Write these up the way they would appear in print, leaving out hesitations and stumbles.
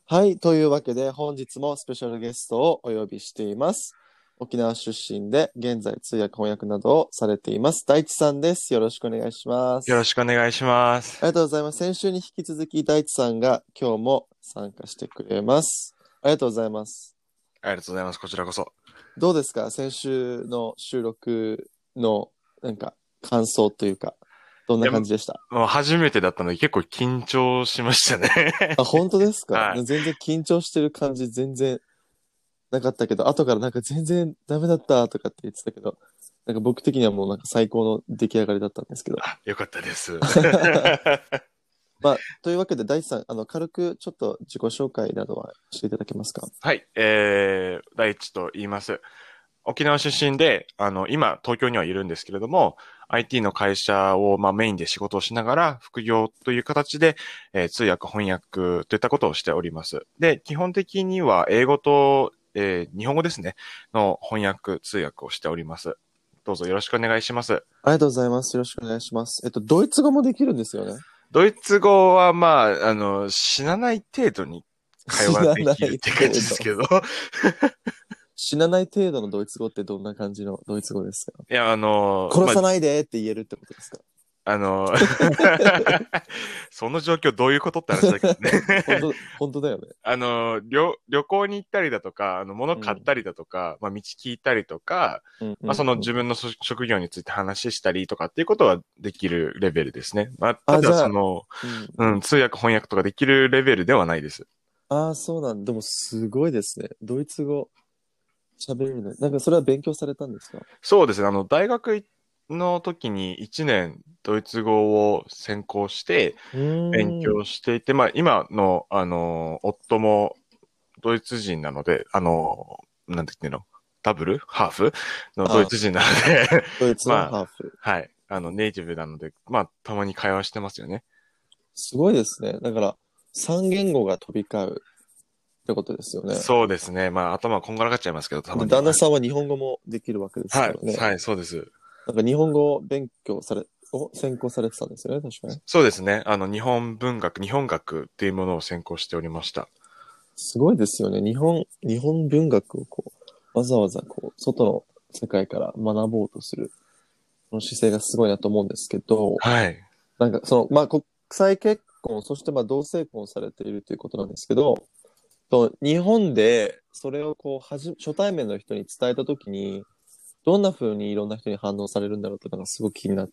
はい。というわけで、本日もスペシャルゲストをお呼びしています。沖縄出身で、現在通訳翻訳などをされています。大地さんです。よろしくお願いしまよろす。 しくお願いします。 ありがとうございます。先週に引き続き、大地さんが今日も参加してくれます。ありがとうございます。 ありがとうございます。こちらこそ。 どうですか？先週の収録の、感想というか、どんないや、も感じでした？ う初めてだったので結構緊張しましたね。 あ、本当ですか？ はい。 全然緊張してる感じ、全然なかったけど、後から全然ダメだったとかって言ってたけど、僕的にはもう最高の出来上がりだったんですけど。 あ、よかったです。 まあ、というわけで大地さん、軽くちょっと自己紹介などはしていただけますか？ はい。大地と言います。沖縄出身で、今、東京にはいるんですけれども、IT の会社を、メインで仕事をしながら、副業という形で、通訳、翻訳といったことをしております。で、基本的には英語と、日本語ですね、の翻訳、通訳をしております。どうぞよろしくお願いします。 ありがとうございます。よろしくお願いします。ドイツ語もできるんですよね。 ドイツ語は、死なない程度に会死話できるっなないて感じ程度。 ですけど。 死なない程度のドイツ語ってどんな感じのドイツ語ですか？ いや、 殺さないでって言えるってことですか？ あの、その状況どういうことって話だけどね。 本当だよね。 旅行に行ったりだとか、物うん。 買ったりだとか、道聞いたりとか、 うんうんそのうん。 自分の職業について話したりとかっていうことはできるレベルですね。たあ、じだ、 ゃあ、うんうん。 通訳翻訳とかできるレベルではないです。 ああ、そうなんだ。でもすごいですね。ドイツ語喋れるね。それは勉強されたんですか？ そうですね。大学の時に1年ドイツ語を専攻してう勉ーん。 強していて、今の、夫もドイツ人なので、なんていうの、ダブルハーフのドイあ、 ツ人なのでドイツのまあ、 ハーフ。 はい。ネイティブなので、たまに会話してますよね。 すごいですね。三言語が飛び交うってことですよね。 そうですね。頭こんがらがっちゃいますけど、たまで、 には。 旦那さんは日本語もできるわけですはい。 からね。 はい、そうです。 日本語を専攻されてたんですよね、確かに。 そうですね。日本文学、日本学っていうものを専攻しておりました。 すごいですよね。日本文学をわざわざ外の世界から学ぼうとする、その姿勢がすごいなと思うんですけど、 はい。 国際結婚、そして同性婚されているということなんですけど、日本でそれを初対面の人に伝えたときに、どんな風にいろんな人に反応されるんだろうっていうのがすごく気になって、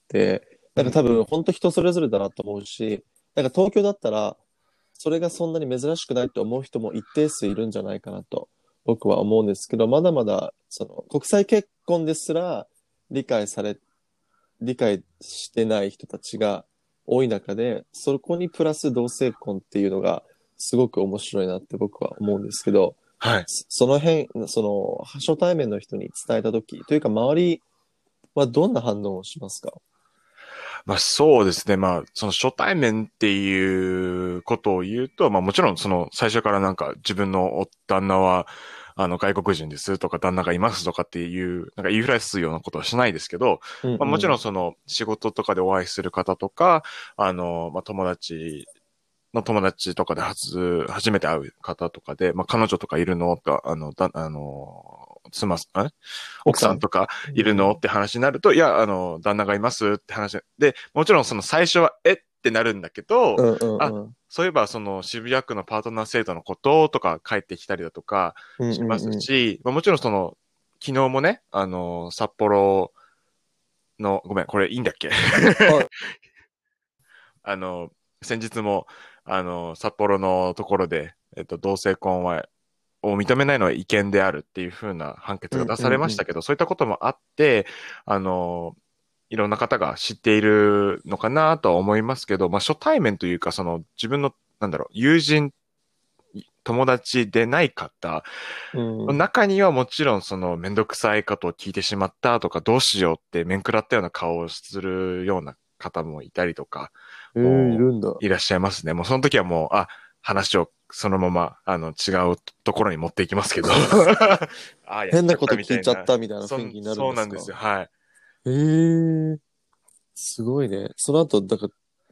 うん。 多分本当人それぞれだなと思うし、東京だったら、それがそんなに珍しくないと思う人も一定数いるんじゃないかなと僕は思うんですけど、まだまだその国際結婚ですら理解され、理解してない人たちが多い中で、そこにプラス同性婚っていうのがすごく面白いなって僕は思うんですけど、 はい。 その辺、初対面の人に伝えたとき、というか周りはどんな反応をしますか？ そうですね。その初対面っていうことを言うと、もちろんその最初からなんか自分の旦那は、外国人ですとか旦那がいますとかっていう、なんか言いふらすようなことはしないですけど、 うんもちうん。 ろんその仕事とかでお会いする方とか、友達とかで初めて会う方とかで、彼女とかいるのと、妻さん、奥奥さん。 さんとかうんいるのって話になると、いや、旦那がいますって話で、もちろんその最初は、ってなるんだけど、 うんうあ、 んうん。 そういえばその渋谷区のパートナー制度のこととか帰ってきたりだとかうんしまうんうん。 すし、もちろんその、昨日もね、札幌の、ごめん、これいいんだっけ？ あ、 あの、先日も、札幌のところで、同性婚を認めないのは違憲であるっていう風な判決うんが出さうんうん。 れましたけど、そういったこともあって、あの、いろんな方が知っているのかなとは思いますけど、初対面というか、その自分の、友人、友達でない方うん。 の中にはもちろんそのめんどくさいことを聞いてしまったとか、どうしようって面食らったような顔をするような方もいたりとか、 いもるんだ。 ういらっしゃいますね。もうその時はもう、話をそのまま、違うところに持っていきますけど。やっちゃっ変なことたみたいな。 聞いちゃったみたいな雰囲気になるんですか？ そうなんですよ。はい。 ええー、すごいね。その後、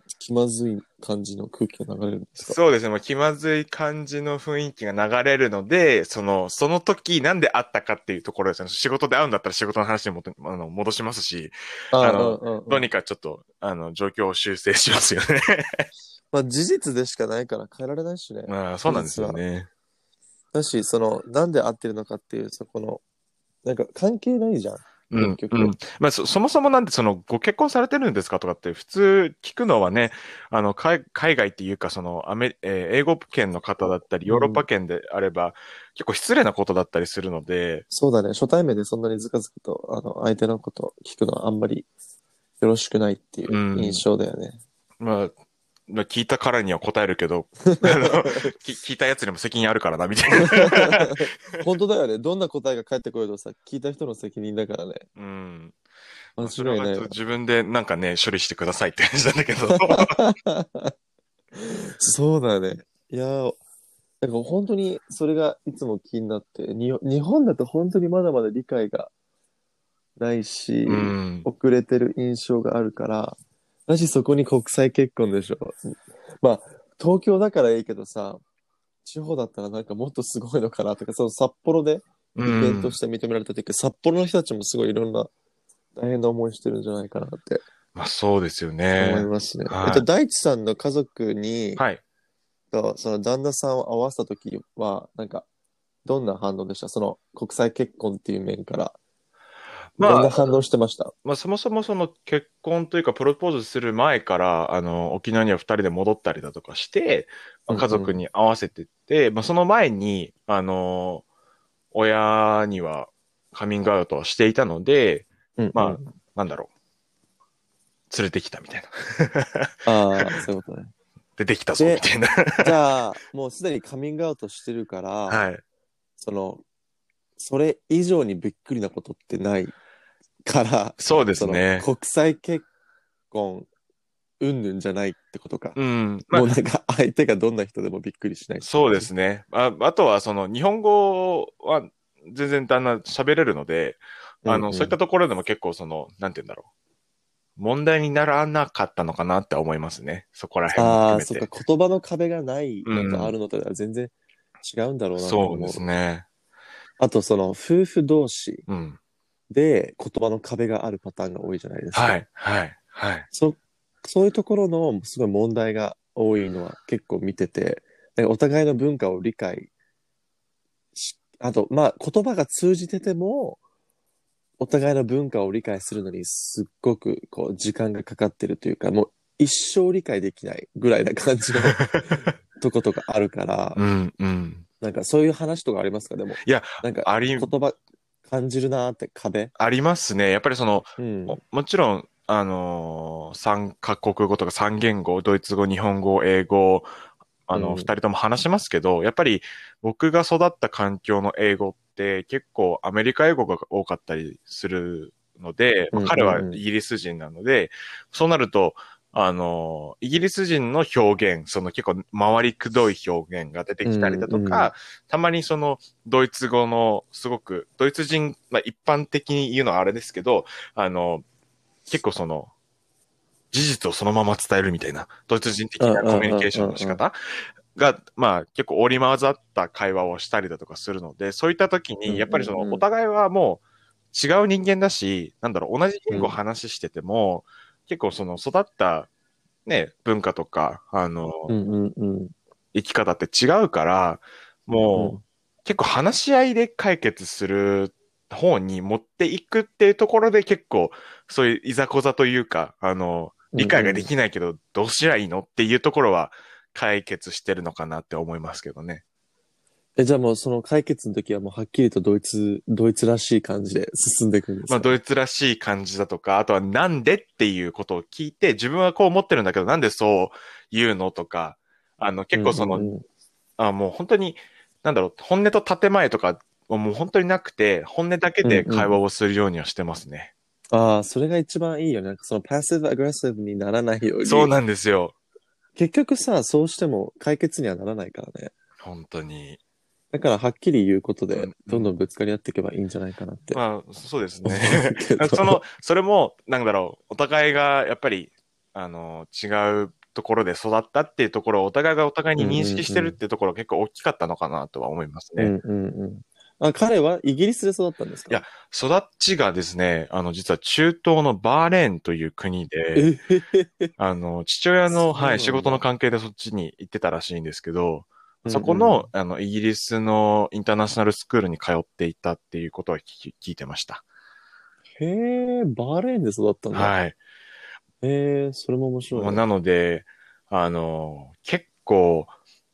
気まずい感じの空気が流れるんですか？ そうですね。もう気まずい感じの雰囲気が流れるので、その時なんで会ったかっていうところですね。仕事で会うんだったら仕事の話に戻しますし、 ああ、うんうんうん。 どうにかちょっと、状況を修正しますよね。 まあ事実でしかないから変えられないしね。 まあ、そうなんです事実は。 よね。 だし、なんで合ってるのかっていう、そこの、なんか関係ないじゃん。 うん、う結局。 ん。まあ、そもそもなんでご結婚されてるんですかとかって普通聞くのはね、海外っていうか、英語圏の方だったり、ヨーロッパうん。 圏であれば、結構失礼なことだったりするので、 そうだね。初対面でそんなにずかずかと、相手のこと聞くのはあんまりよろしくないっていううん。 印象だよね。 まあ、聞いたからには答えるけど、聞いたやつにも責任あるからな、みたいな。 本当だよね。どんな答えが返ってこようとさ、聞いた人の責任だからね。 うん。まあ、それは間違いないわ。 自分でなんかね、処理してくださいって感じなんだけど。 そうだね。いやー、なんか本当にそれがいつも気になって、日本だと本当にまだまだ理解がないうし、 ん。 遅れてる印象があるから、だしそこに国際結婚でしょ。まあ、東京だからいいけどさ、地方だったらなんかもっとすごいのかなとか、その札幌でうイベントん。 して認められた時、札幌の人たちもすごいいろんな大変な思いしてるんじゃないかなってまあそうですよ思いね。 ますね。 はい。 大地さんの家族に、 はい。 その旦那さんを会わせた時は、なんか、どんな反応でした？その国際結婚っていう面から、どんまあ、 な反応してました？ そもそもその結婚というかプロポーズする前から、沖縄には二人で戻ったりだとかして、まあ、家うんうん。 族に合わせてって、まあその前に、親にはカミングアウトをしていたので、まあ、 うんうん。 なんだろ連れてきたみたいな。 ああ、そういうことね。 で、できたぞ、みで、 たいな。 じゃあ、もうすでにカミングアウトしてるから、 はい。 その、それ以上にびっくりなことってないから、 そうですね。 国際結婚、うんぬんじゃないってことか。 うん。まあ、 もうなんか相手がどんな人でもびっくりしないってそうで感じ。 すね。あとは、日本語は全然だんだん喋れるので、そういったうんうん。 ところでも結構なんて言うんだろう。問題にならなかったのかなって思いますね。そこら辺もああ、そっか、 含めて。 言葉の壁がないうのとあん。 るのとでは全然違うんだろうなってそうです思う。 ね。 あと、夫婦同士うん。 で言葉の壁があるパターンが多いじゃないですか。 はい、はい、はい。 そ、そういうところのすごい問題が多いのは結構見てて、なんかお互いの文化を理解あと、まあ、言葉が通じてても、お互いの文化を理解するのにすっごく時間がかかってるというか、もう一生理解できないぐらいな感じのとことかあるから、 うん、うん。 なんかそういう話とかありますか？でも、 いや、 なんかあり、 言葉感じるなーって壁。 ありますね。やっぱりうん。 もちろん、3カ国語とか3言語、ドイツ語、日本語、英語、二うん。 人とも話しますけど、やっぱり僕が育った環境の英語って結構アメリカ英語が多かったりするので、 うん彼はうんうん。 イギリス人なので、そうなると、イギリス人の表現、結構回りくどい表現が出てうきたりだとんか、たまにドイツ語のすごく、ドイツ人、まあ一般的に言うのはあれですけど、あの、結構事実をそのまま伝えるみたいな、ドイツ人うん。 的なうんうんうんコミュニケーションの仕うんうん。 方が、まあ結構織り交ざった会話をしたりだとかするので、そういった時に、 うんやっぱりおうんうん。 互いはもう違う人間だし、同じ言語をうん話してても、結構育ったね、文化とか、 うんうんうん。 生き方って違うから、もううん結構話し合いで解決する方に持っていくっていうところで結構そういういざこざというか、理解がでうんうん。 きないけどどうしりゃいいのっていうところは解決してるのかなって思いますけどね。 じゃあもうその解決の時はもうはっきりとドイツらしい感じで進んでいくんですまあ、 か？ ドイツらしい感じだとか、あとはなんでっていうことを聞いて、自分はこう思ってるんだけど、なんでそう言うのとか、結構うんうんうん。 もう本当に、本音と建前とかはもう本当になくて、本音だけうんうん。 で会話をするようにはしてますね。 ああ、それが一番いいよね。なんかそのパッシブアグレッシブにならないように。 そうなんですよ。 結局さ、そうしても解決にはならないからね。 本当に。 だからはっきり言うことで、 うん、うん。 どんどんぶつかり合っていけばいいんじゃないかなってまあ、そうですね。 思うけど。 それも、お互いがやっぱり違うところで育ったっていうところをお互いがお互いに認識してるっうんうんていうところが結構大きかったのかなとは思いますね。 うん。うんうんうん。あ、彼はイギリスで育ったんですか？ いや、育ちがですね、実は中東のバーレーンという国で、 えへへへ。 父親の、 そはい、仕事のうなんだ。 関係でそっちに行ってたらしいんですけど、 うんそこの、 うん。 イギリスのインターナショナルスクールに通っていたっていうことは聞いてました。 へえ、バーレーンで育ったんだ。 はい。 へえ、それも面白いね。 なので、結構、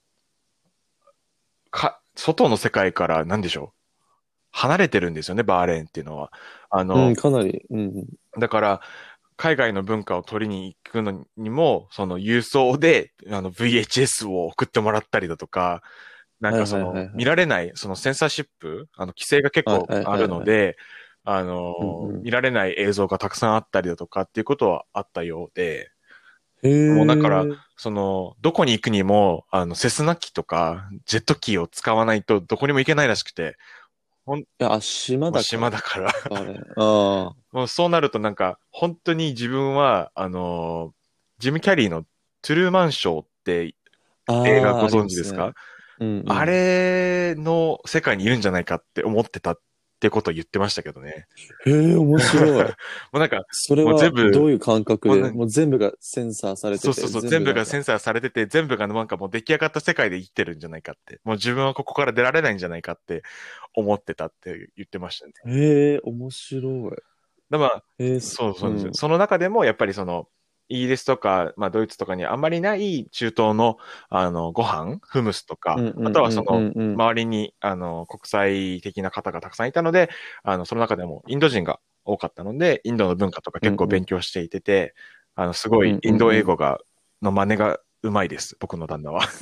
外の世界から何でしょう。離れてるんですよね、バーレーンっていうのは。 うん、かなり。うんうん。 だから、海外の文化を取りに行くのにも、その郵送で、VHS を送ってもらったりだとか、なんはいはいか見はいはい。 られない、そのセンサーシップ、規制が結はいはい構あはいはい。 るので、 うんうん。 見られない映像がたくさんあったりだとかっていうことはあったようで、 へもうだから、 え。いどこに行くにも、セスナ機とか、ジェット機を使わないとどこにも行けないらしくて、 や、あ、島もうだから、 島だからバーレーン。ああ。 もうそうなるとなんか、本当に自分は、ジム・キャリーのトゥルーマンショーって映画ああ、 ごあり存知ですか？ ますね。うんうあん。 れの世界にいるんじゃないかって思ってたってことを言ってましたけどね。 へえ、面白い。 もうなんか、 それもう全はど部、 ういう感覚で、 もうなんもう全部がセンサーされてて、 そうそうそう、全全部なんか、 部がセンサーされてて、全部がなんかもう出来上がった世界で生きてるんじゃないかって。もう自分はここから出られないんじゃないかって思ってたって言ってましたね。 へえ、面白い。 まあ、 へえ、 そうですよ。 うん。 その中でも、やっぱりイギリスとか、まあ、ドイツとかにあんまりない中東の、ご飯、フムスとか、 うんうあとはんうんうんうん。 周りに、国際的な方がたくさんいたので、その中でもインド人が多かったので、インドの文化とか結構うんうん。 勉強していて、すごうんいインドうんうん。 英語の真似がうまいです。僕の旦那は。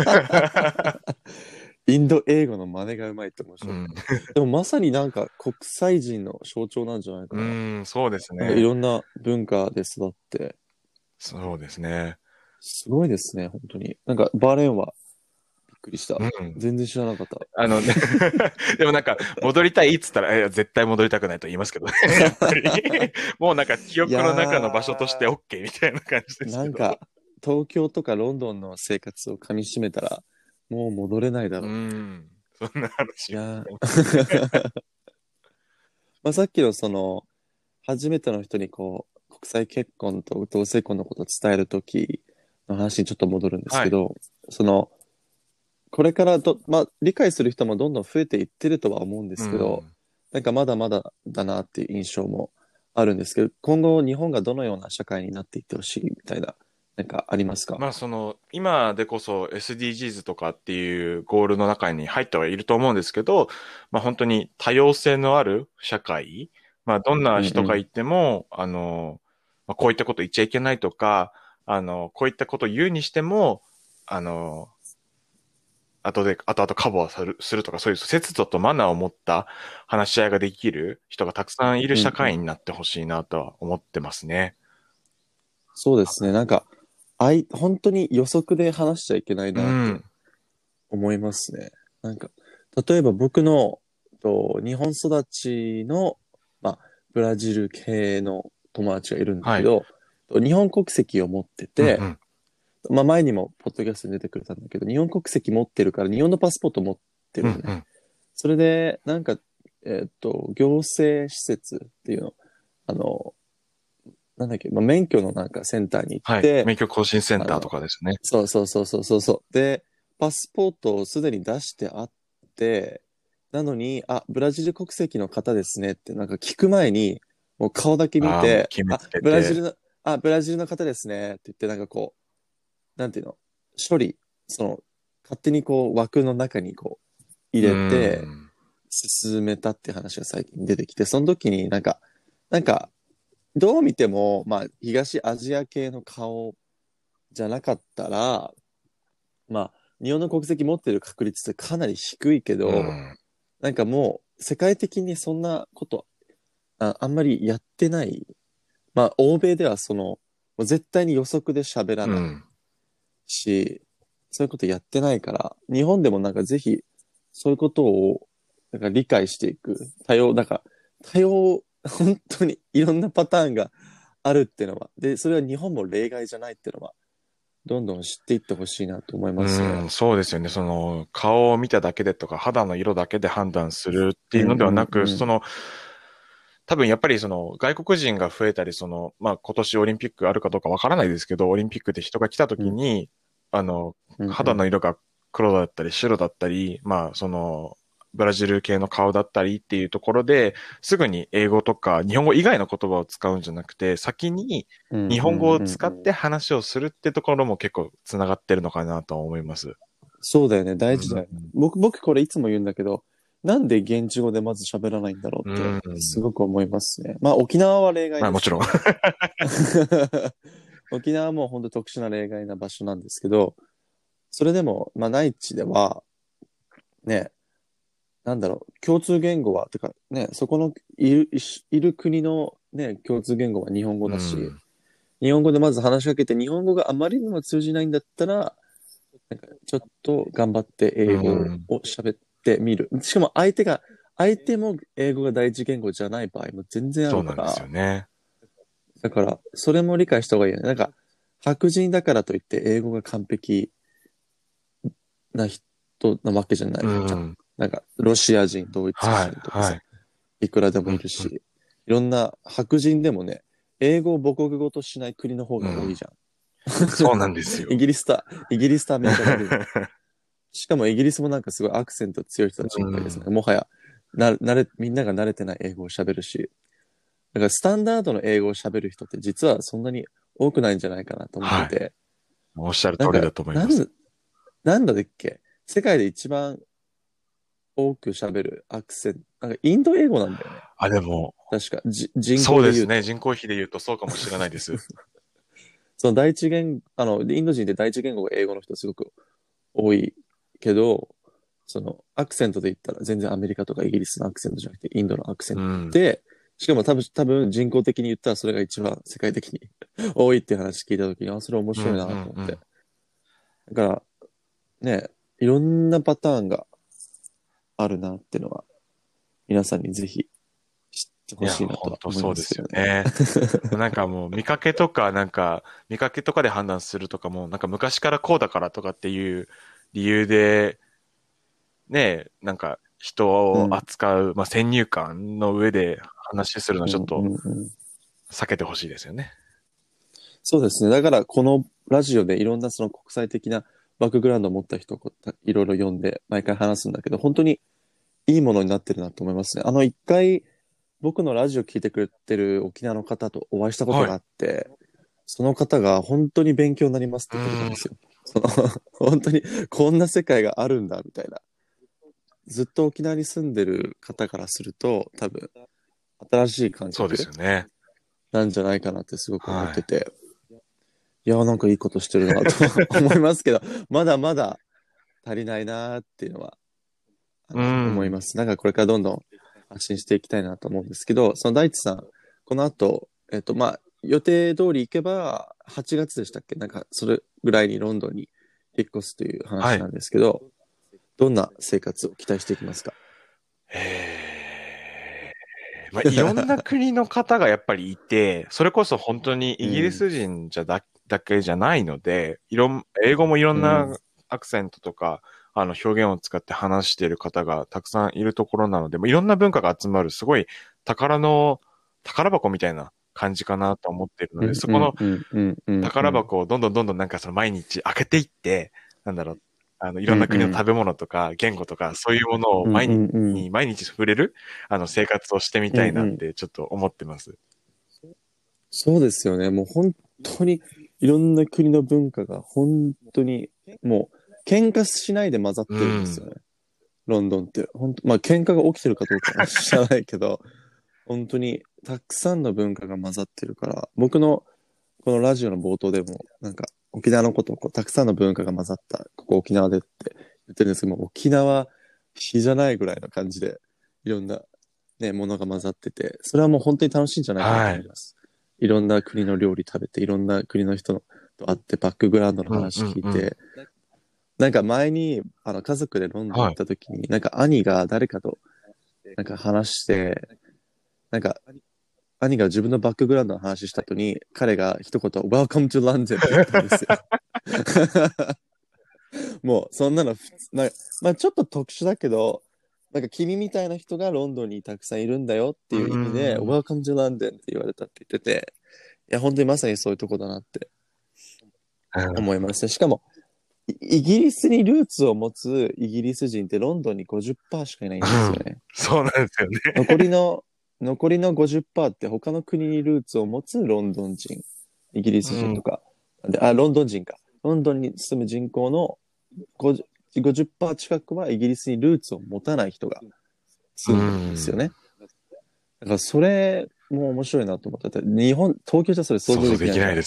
インド英語の真似がうまいって面白い。 うん。 でもまさになんか国際人の象徴なんじゃないかうな。 ん、そうですなんかいね。 ろんな文化で育って、 そうですね。 すごいですね、本当に。なんかバーレーンはびっくりした。 うん。 全然知らなかった。 ねでもなんか、戻りたいっつったら、絶対戻りたくないと言いますけどね。やっぱりもうなんか記いや憶の中の場所として OK みたいな感じですけど。 なんか東京とかロンドンの生活を噛み締めたらもう戻れないだうろん。そんなう。い話を聞やきますね。 ーまあさっきのその初めての人にこう国際結婚と同性婚のことを伝えるときの話にちょっと戻るんですはい。 けど、そのこれからまあ理解する人もどんどん増えていってるとは思うんでうすけど、 ん。 なんかまだまだだなっていう印象もあるんですけど、今後日本がどのような社会になっていってほしいみたいな、なんかありますか？ まあ今でこそ SDGs とかっていうゴールの中に入ってはいると思うんですけど、まあ本当に多様性のある社会、まあどんなうんうん。 人がいても、まあ、こういったこと言っちゃいけないとか、こういったことを言うにしても、あの、後々カバーするとか、そういう節度とマナーを持った話し合いができる人がたくさんいる社うんうん。 会になってほしいなとは思ってますね。 そうですね。なんか、本当に予測で話しちゃいけないなってうん。 思いますね。なんか、例えば僕の日本育ちの、まあ、ブラジル系の友達がいるんだはい。 けど、日本国籍を持ってて、 うんうん。 まあ前にもポッドキャストに出てくれたんだけど、日本国籍持ってるから日本のパスポート持ってるのね。 うんうん。 それで、なんか、行政施設っていうの、あの、なんだっけ、まあ、免許のなんかセンターに行っはい。 て、 免許更新センターとあの、 かですね。 そうそうそうそうそうそう。で、パスポートをすでに出してあって、なのに、あ、ブラジル国籍の方ですねってなんか聞く前に、もう顔だけ見ああ、もうて、 決めあ、 つけて。 ブラジルの方ですねって言ってなんかこう、なんていうの、処理、その、勝手にこう枠の中にこう入うーれてん。 進めたっていう話が最近出てきて、その時になんか、どう見ても、まあ、東アジア系の顔じゃなかったら、まあ、日本の国籍持ってる確率ってかなり低いけど、 うん。 なんかもう、世界的にそんなことあんまりやってない。まあ、欧米ではもう絶対に予測で喋らないうん。 し、そういうことやってないから、日本でもなんかぜひ、そういうことを、なんか理解していく。多様、本当にいろんなパターンがあるっていうのは。で、それは日本も例外じゃないっていうのは、どんどん知っていってほしいなと思いますね。 そうですよね。顔を見ただけでとか、肌の色だけで判断するっていうのうんではなく、 うんうん。 多分やっぱり外国人が増えたり、まあ今年オリンピックあるかどうかわからないですけど、オリンピックで人が来たうん時に、 うんうん。 肌の色が黒だったり白だったり、まあブラジル系の顔だったりっていうところで、すぐに英語とか日本語以外の言葉を使うんじゃなくて、先にうんう日本語をんうんうん。 使って話をするってところも結構つながってるのかなと思います。 そうだよね。大事だよね。 うん。 僕これいつも言うんだけど、なんで現地語でまず喋らないんだろうって、 うん。 すごく思いますね。まあ沖縄は例外まあもちろん。 ですけど。沖縄はもう本当特殊な例外な場所なんですけど、それでも、まあ内地では、ね、なんだろう、共通言語は、てかね、そこのいる国のね、共通言語は日本語だし、 うん。 日本語でまず話しかけて、日本語があまりにも通じないんだったら、なんかちょっと頑張ってう英語ん。 を喋ってみる。しかも相手も英語が第一言語じゃない場合も全然あそうなんですよるから、 ね。 だから、それも理解した方がいいよね。なんか、白人だからといって英語が完璧な人なわけじゃなういじゃん。 ん。 なんか、ロシア人、ドイツはい、 人とかさ、 はい。 いくらでもいうん、うん、 るし、いろんな白人でもね、英語を母国語としない国の方うん。 が多いじゃん。 そうなんですよ。 イギリスとアメリカだけじゃん。しかもイギリスもなんかすごいアクセント強い人たちいっぱいですね。 うん。 もはや、みんなが慣れてない英語を喋るし、だからスタンダードの英語を喋る人って実はそんなに多くないんじゃないかなと思ってはい。 て、 おっしゃる通なんか、 りだと思います。 なんだっけ世界で一番多く喋るアクセント、なんかインド英語なんだよね。 あ、でも、 確か、人そうですね。 口で言うと。 人口比で言うとそうかもしれないです。 その第一言、インド人で第一言語が英語の人すごく多いけど、そのアクセントで言ったら全然アメリカとかイギリスのアクセントじゃなくてインドのアクセントうん。 で、しかも多分人口的に言ったらそれが一番世界的に多いっていう話聞いたときに、あ、それ面うん、う白いなとん、 思って。 うん。 だからね、いろんなパターンがあるなっていうのは皆さんにぜひ知っていや、 ほしいなと本は思いま当そうですすけどね。 よね。なんかもう見かけとかで判断するとかも、なんか昔からこうだからとかっていう理由で、ね、なんか人をうん。 扱う、まあ、先入観の上で話するのはうんうちょっとんうん。 避けてほしいですよね。 そうですね。だからこのラジオでいろんなその国際的なバックグラウンドを持った人をいろいろ読んで毎回話すんだけど、本当にいいものになってるなと思いますね。一回僕のラジオ聞いてくれてる沖縄の方とお会いしたことはい。 があって、その方が本当に勉強になりますって言ってくれたんうん。 ですよ。その本当にこんな世界があるんだみたいな。ずっと沖縄に住んでる方からすると多分新しい感そうです覚よね。 なんじゃないかなってすごく思っはい。 てて。いやーなんかいいことしてるなと思いますけど、まだまだ足りないなーっていうのは、 うん。 思います。なんかこれからどんどん発信していきたいなと思うんですけど、その大地さん、この後、まあ、予定通り行けば、8月でしたっけなんか、それぐらいにロンドンに引っ越すというはい。 話なんですけど、どんな生活を期待していきますか？ まあ、いろんな国の方がやっぱりいて、それこそ本当にうん、 イギリス人だけじゃないので、英語もいろうん、 んなアクセントとか、表現を使って話している方がたくさんいるところなので、もういろんな文化が集まる、すごい宝箱みたいな感じかなと思っているので、 うん、うん、 そこのうん、うん、うん、うん、 宝箱をどんどんなんかその毎日開けていって、なんだろう、いろんなうん、うん、 国の食べ物とか言語とか、そういうものをうん、うん、うん、 毎日触れる、生活をしてみうん、 たいなっうん。 てちょっと思ってます。 そうですよね。もう本当にいろんな国の文化が本当にもう喧嘩しないで混ざっうてるんですよん。 ね。ロンドンって。本当、まあ喧嘩が起きてるかどうかは知らないけど、本当にたくさんの文化が混ざってるから、僕のこのラジオの冒頭でもなんか沖縄のことをたくさんの文化が混ざった、ここ沖縄でって言ってるんですけども、沖縄比じゃないぐらいの感じでいろんなね、ものが混ざってて、それはもう本当に楽しいんじゃないかなとはい。 思います。いろんな国の料理食べて、いろんな国の人と会ってバックグラウンドのうん話うんうん。 聞いて、なんか前に家族でロンドン行はい。 った時に、なんか兄が誰かとなんか話して、なんか兄が自分のバックグラウンドの話した後に、彼が一言、Welcome to London って言ったんですよ。もう、そんなの普通、まあちょっと特殊だけど、なんか君みたいな人がロンドンにたくさんいるんだよっていう意味で、 ん。 Welcome to London って言われたって言ってて、いや、本当にまさにそういうとこだなって思いますね。しかも、イギリスにルーツを持つイギリス人ってロンドンに50%しかいないんですよね。 そうなんですよね。 残りの50%って他の国にルーツを持つロンドン人、イギリス人とか、ロンドン人か。ロンドンに住む人口の50%近くはイギリスにルーツを持たない人が住んでるんですよね。だからそれも面白いなと思ってて、東京じゃそれ想想像で像できないから。 きないです。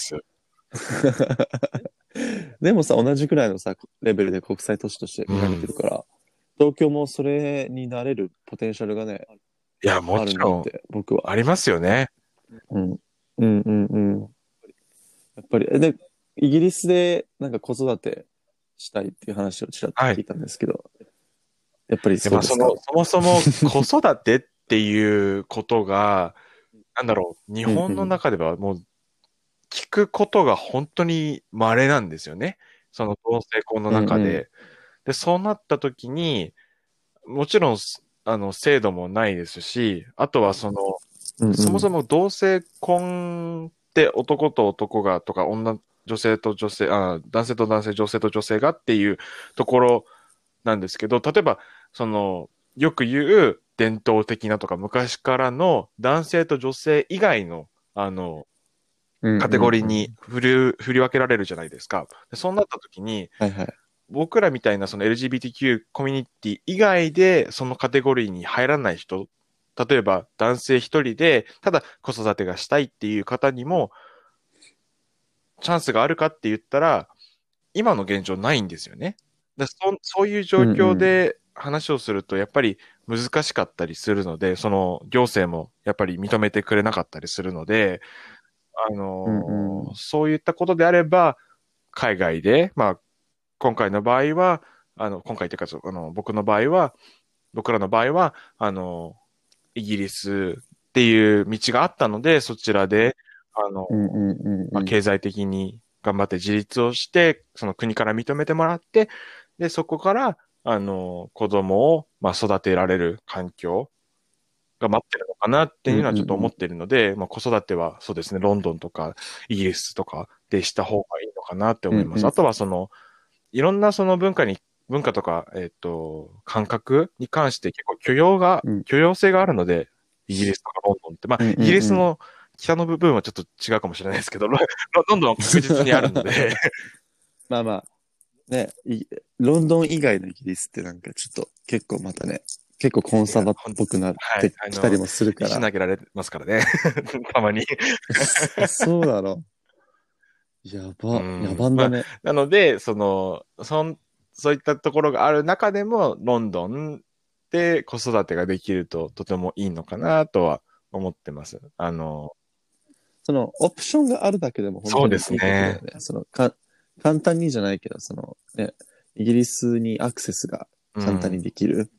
でもさ、同じくらいのさ、レベルで国際都市として見られてるから、東京もそれになれるポテンシャルがね、 いや、もあるちろんなって僕は。 ありますよね。 うん。うんうんうん。やっぱり、で、イギリスでなんか子育てしたいっていう話をちらっとはい。 聞いたんですけど、やっぱりで、まあ、 そうですか？ そもそも子育てっていうことが、なんだろう、日本のうんうん。 中ではもう聞くことが本当に稀なんですよね。その同性婚のうんうん。 中で。で、そうなった時に、もちろん、制度もないですし、あとはうんうん。 そもそも同性婚って男と男がとか女性と女性、男性と男性、女性と女性がっていうところなんですけど、例えば、よく言う伝統的なとか昔からの男性と女性以外の、 うんカテゴリーうんうん。 に振り分けられるじゃないですか。でそうなった時に、 はいはい。 僕らみたいなその LGBTQ コミュニティ以外でそのカテゴリーに入らない人、例えば男性一人でただ子育てがしたいっていう方にもチャンスがあるかって言ったら、今の現状ないんですよね。そういう状うんうん。 況で話をするとやっぱり難しかったりするので、その行政もやっぱり認めてくれなかったりするので、 うんうん。 そういったことであれば、海外で、まあ、今回の場合は、今回というか、僕の場合は、僕らの場合は、イギリスっていう道があったので、そちらで、あの、 うんうんうんまあ、 うん。 経済的に頑張って自立をして、その国から認めてもらって、で、そこから、子供を、まあ、育てられる環境が待ってるのかなっていうのはうんうんうん。 ちょっと思ってるので、まあ、子育てはそうですね、ロンドンとかイギリスとかでした方がいいのかなって思います。あうんうん。 とはいろんなその文化とか、感覚に関して結構うん。 許容性があるので、イギリスとかロンドンって。まあ、 うんイギリうんうん。 スの北の部分はちょっと違うかもしれないですけど、ロンドンは確実にあるので、 まあまあ、ね、ロンドン以外のイギリスってなんかちょっと結構またね、結構コンいや、 サバっぽくなっはい、 てきたりもするから。 石投げられますからね。たまに。 そうだろう。 う野ん。まあ、 蛮だね。 なので、そういったところがある中でも、ロンドンで子育てができるととてもいいのかなとは思ってます。 そのオプションがあるだけでも本そうです当にいいことだよね。 ね。簡単にじゃないけど、ね、イギリスにアクセスが簡単にうん。 できる、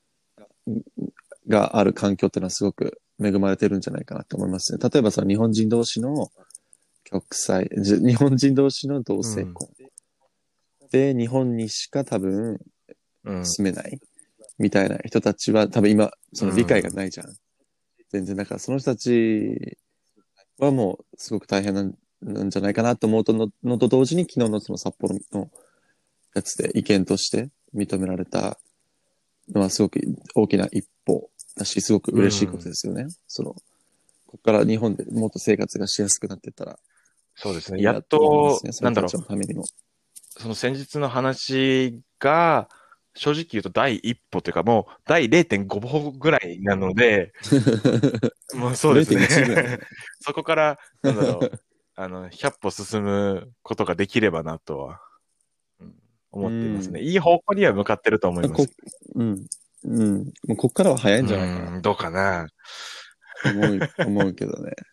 がある環境っていうのはすごく恵まれてるんじゃないかなと思いますね。例えばその日本人同士の日本人同士の同うん。 性婚で、日本にしか多分うん。 住めないみたいな人たちは多分今、そうの理解がん。 ないじゃん。全然。だからその人たちはもうすごく大変なんじゃないかなと思うのと同時に昨日のその札幌のやつで意見として認められたのはすごく大きな一歩だし、すごくう嬉しいことん。 ですよね。ここから日本でもっと生活がしやすくなってったらそうですね。やっいいなと思いますと、 ね。それたちなんだろう。 のためにも。 その先日の話が、正直言うと第一歩というかもう第0.5歩ぐらいなので、もうそうですね。 0.1ぐらいだね。 そこから、なんだろう、100歩進むことができればなとは、うん、思うっていますね。 ん。 いい方向には向かってると思いまこ、 す。 うん。うん。もうこっからは早いんじゃないかなどうかな。 思うけどね。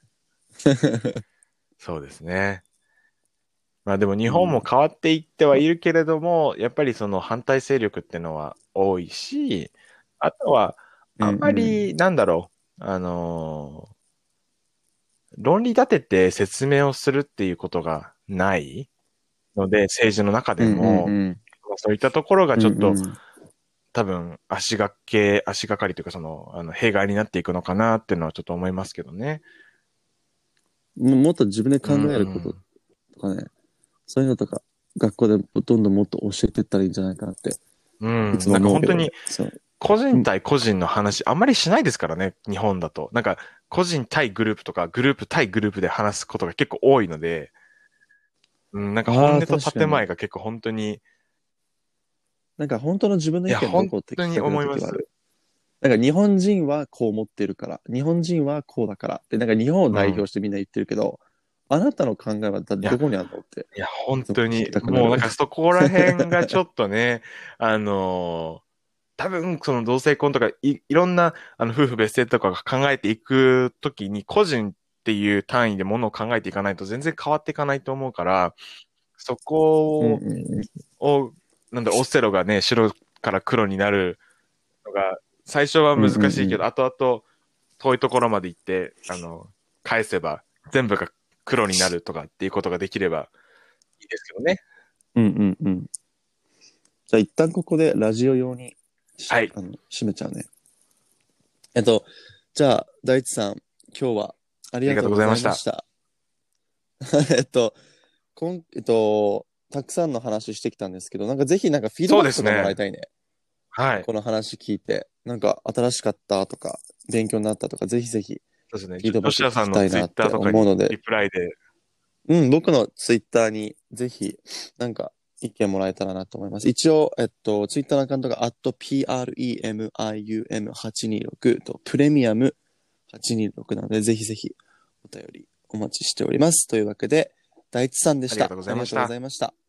そうですね。まあでも日うん。 本も変わっていってはいるけれども、やっぱりその反対勢力っていうのは多いし、あとは、 うんあんまうん。 り、なんだろう、 論理立てて説明をするっていうことがないので、政治の中でも、そういったところがちょっと、多分足がかりというか弊害になっていくのかなっていうのはちょっと思いますけどね。 もっと自分で考えることとかね、そういうのとか、学校でどんどんもっと教えていったらいいんじゃないかなって。いつも思うけど、ね、 なんか本当に、個人対個人の話、あんまりしないですからね、日本だと。なんか、個人対グループとか、グループ対グループで話すことが結構多いので、なんか本音と建前が結構本当に。 なんか本当の自分の意見どこって聞きたくなる時はある。なんか日本人はこう思ってるから、日本人はこうだからって、なんか日本を代表してみんな言ってるけど、あなたの考えはどこにあるのって。 いや、本当に、もうなんかそこら辺がちょっとね、多分、その同性婚とかいろんな、夫婦別姓とかが考えていくときに、個人っていう単位でものを考えていかないと全然変わっていかないと思うから、そこを、なんだ、オセロがね、白から黒になるのが、最初は難しいけど、後々遠いところまで行って、返せば、全部が黒になるとかっていうことができればいいですけどね。 じゃあ一旦ここでラジオ用に、 はい。 閉めちゃうね。じゃあ、大地さん、今日はありがとうございました。たくさんの話してきたんですけど、なんかぜひなんかフィードバックとかもらいたいね。 はい。 この話聞いて、なんか新しかったとか、勉強になったとか、ぜひぜひ、 そうですね。 フィードバック聞きたいなって思うので、 リプライで。 僕のツイッターにぜひ、なんか意見もらえたらなと思います。一応、ツイッターのアカウントが、@premium826 と、プレミアム826なので、ぜひぜひお便りお待ちしております。というわけで、大地さんでした。 ありがとうございました。